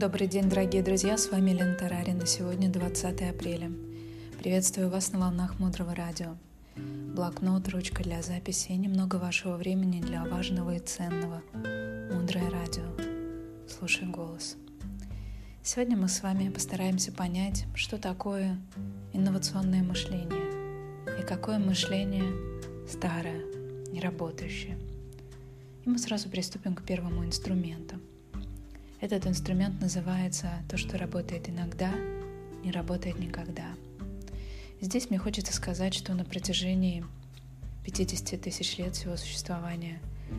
Добрый день, дорогие друзья, с вами Лена Тарарина. Сегодня 20 апреля. Приветствую вас на волнах Мудрого радио. Блокнот, ручка для записи и немного вашего времени для важного и ценного. Мудрое радио. Слушай голос. Сегодня мы с вами постараемся понять, что такое инновационное мышление и какое мышление старое, неработающее. И мы сразу приступим к первому инструменту. Этот инструмент называется «То, что работает иногда, не работает никогда». Здесь мне хочется сказать, что на протяжении 50 тысяч лет всего существования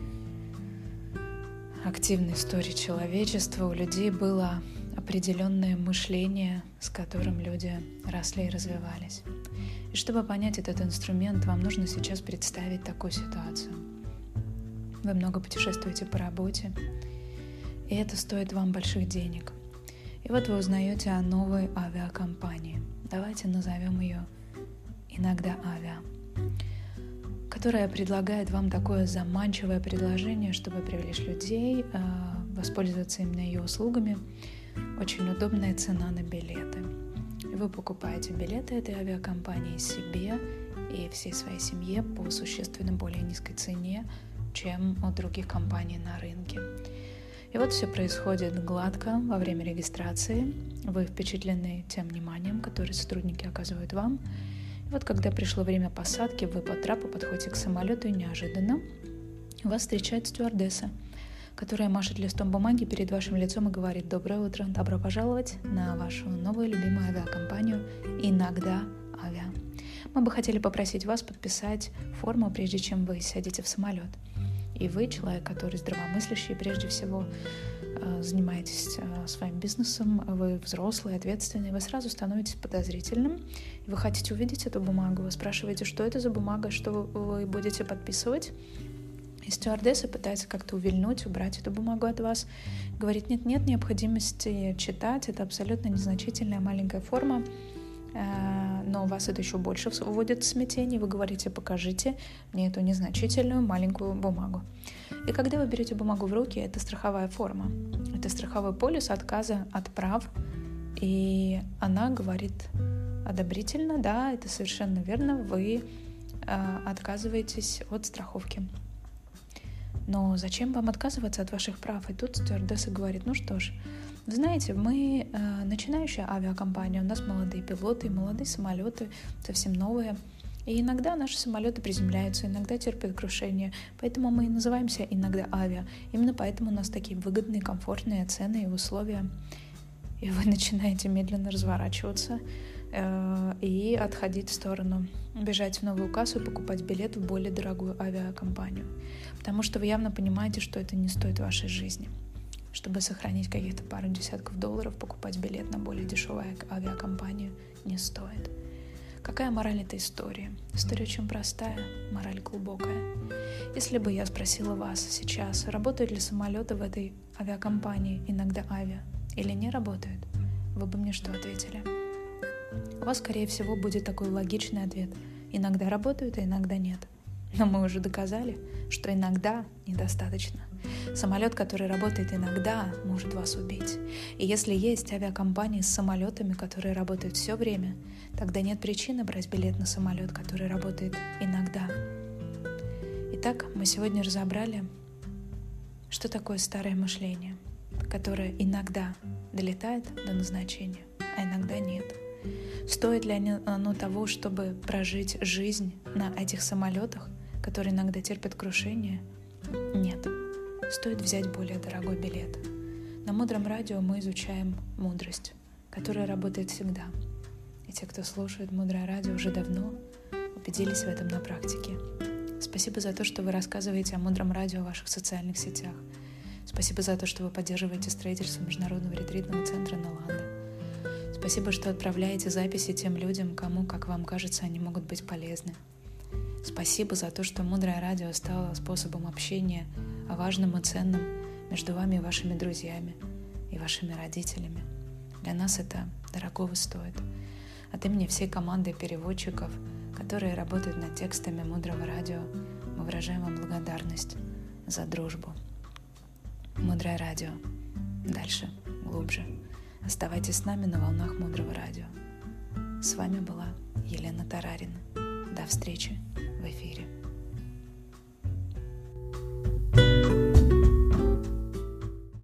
активной истории человечества у людей было определенное мышление, с которым люди росли и развивались. И чтобы понять этот инструмент, вам нужно сейчас представить такую ситуацию. Вы много путешествуете по работе, и это стоит вам больших денег. И вот вы узнаете о новой авиакомпании. Давайте назовем ее «Иногда Авиа», которая предлагает вам такое заманчивое предложение, чтобы привлечь людей, воспользоваться именно ее услугами. Очень удобная цена на билеты. И вы покупаете билеты этой авиакомпании себе и всей своей семье по существенно более низкой цене, чем у других компаний на рынке. И вот все происходит гладко во время регистрации. Вы впечатлены тем вниманием, которое сотрудники оказывают вам. И вот когда пришло время посадки, вы по трапу подходите к самолету, и неожиданно вас встречает стюардесса, которая машет листом бумаги перед вашим лицом и говорит: «Доброе утро, добро пожаловать на вашу новую любимую авиакомпанию «Иногда Авиа». Мы бы хотели попросить вас подписать форму, прежде чем вы сядете в самолет». И вы, человек, который здравомыслящий, прежде всего занимаетесь своим бизнесом, вы взрослый, ответственный, вы сразу становитесь подозрительным, и вы хотите увидеть эту бумагу, вы спрашиваете, что это за бумага, что вы будете подписывать. И стюардесса пытается как-то увильнуть, убрать эту бумагу от вас. Говорит: нет необходимости читать, это абсолютно незначительная маленькая форма, но вас это еще больше вводит в смятение. Вы говорите: покажите мне эту незначительную маленькую бумагу. И когда вы берете бумагу в руки, это страховая форма. Это страховой полис отказа от прав. И она говорит одобрительно: да, это совершенно верно, вы отказываетесь от страховки. Но зачем вам отказываться от ваших прав? И тут стюардесса говорит: ну что ж, вы знаете, мы начинающая авиакомпания, у нас молодые пилоты, молодые самолеты, совсем новые. И иногда наши самолеты приземляются, иногда терпят крушение. Поэтому мы и называемся «Иногда Авиа». Именно поэтому у нас такие выгодные, комфортные цены и условия. И вы начинаете медленно разворачиваться и отходить в сторону, бежать в новую кассу и покупать билет в более дорогую авиакомпанию. Потому что вы явно понимаете, что это не стоит вашей жизни. Чтобы сохранить каких-то пару десятков долларов, покупать билет на более дешевую авиакомпанию не стоит. Какая мораль этой истории? История очень простая, мораль глубокая. Если бы я спросила вас сейчас, работают ли самолеты в этой авиакомпании «Иногда Авиа» или не работают, вы бы мне что ответили? У вас, скорее всего, будет такой логичный ответ: иногда работают, а иногда нет. Но мы уже доказали, что иногда недостаточно. Самолет, который работает иногда, может вас убить. И если есть авиакомпании с самолетами, которые работают все время, тогда нет причины брать билет на самолет, который работает иногда. Итак, мы сегодня разобрали, что такое старое мышление, которое иногда долетает до назначения, а иногда нет. Стоит ли оно того, чтобы прожить жизнь на этих самолетах, которые иногда терпят крушение? Нет. Стоит взять более дорогой билет. На Мудром радио мы изучаем мудрость, которая работает всегда. И те, кто слушает Мудрое радио уже давно, убедились в этом на практике. Спасибо за то, что вы рассказываете о Мудром радио в ваших социальных сетях. Спасибо за то, что вы поддерживаете строительство Международного ретритного центра Наланда. Спасибо, что отправляете записи тем людям, кому, как вам кажется, они могут быть полезны. Спасибо за то, что Мудрое радио стало способом общения о важном и ценном между вами и вашими друзьями, и вашими родителями. Для нас это дорогого стоит. От имени всей команды переводчиков, которые работают над текстами Мудрого радио, мы выражаем вам благодарность за дружбу. Мудрое радио. Дальше глубже. Оставайтесь с нами на волнах Мудрого Радио. С вами была Елена Тарарина. До встречи!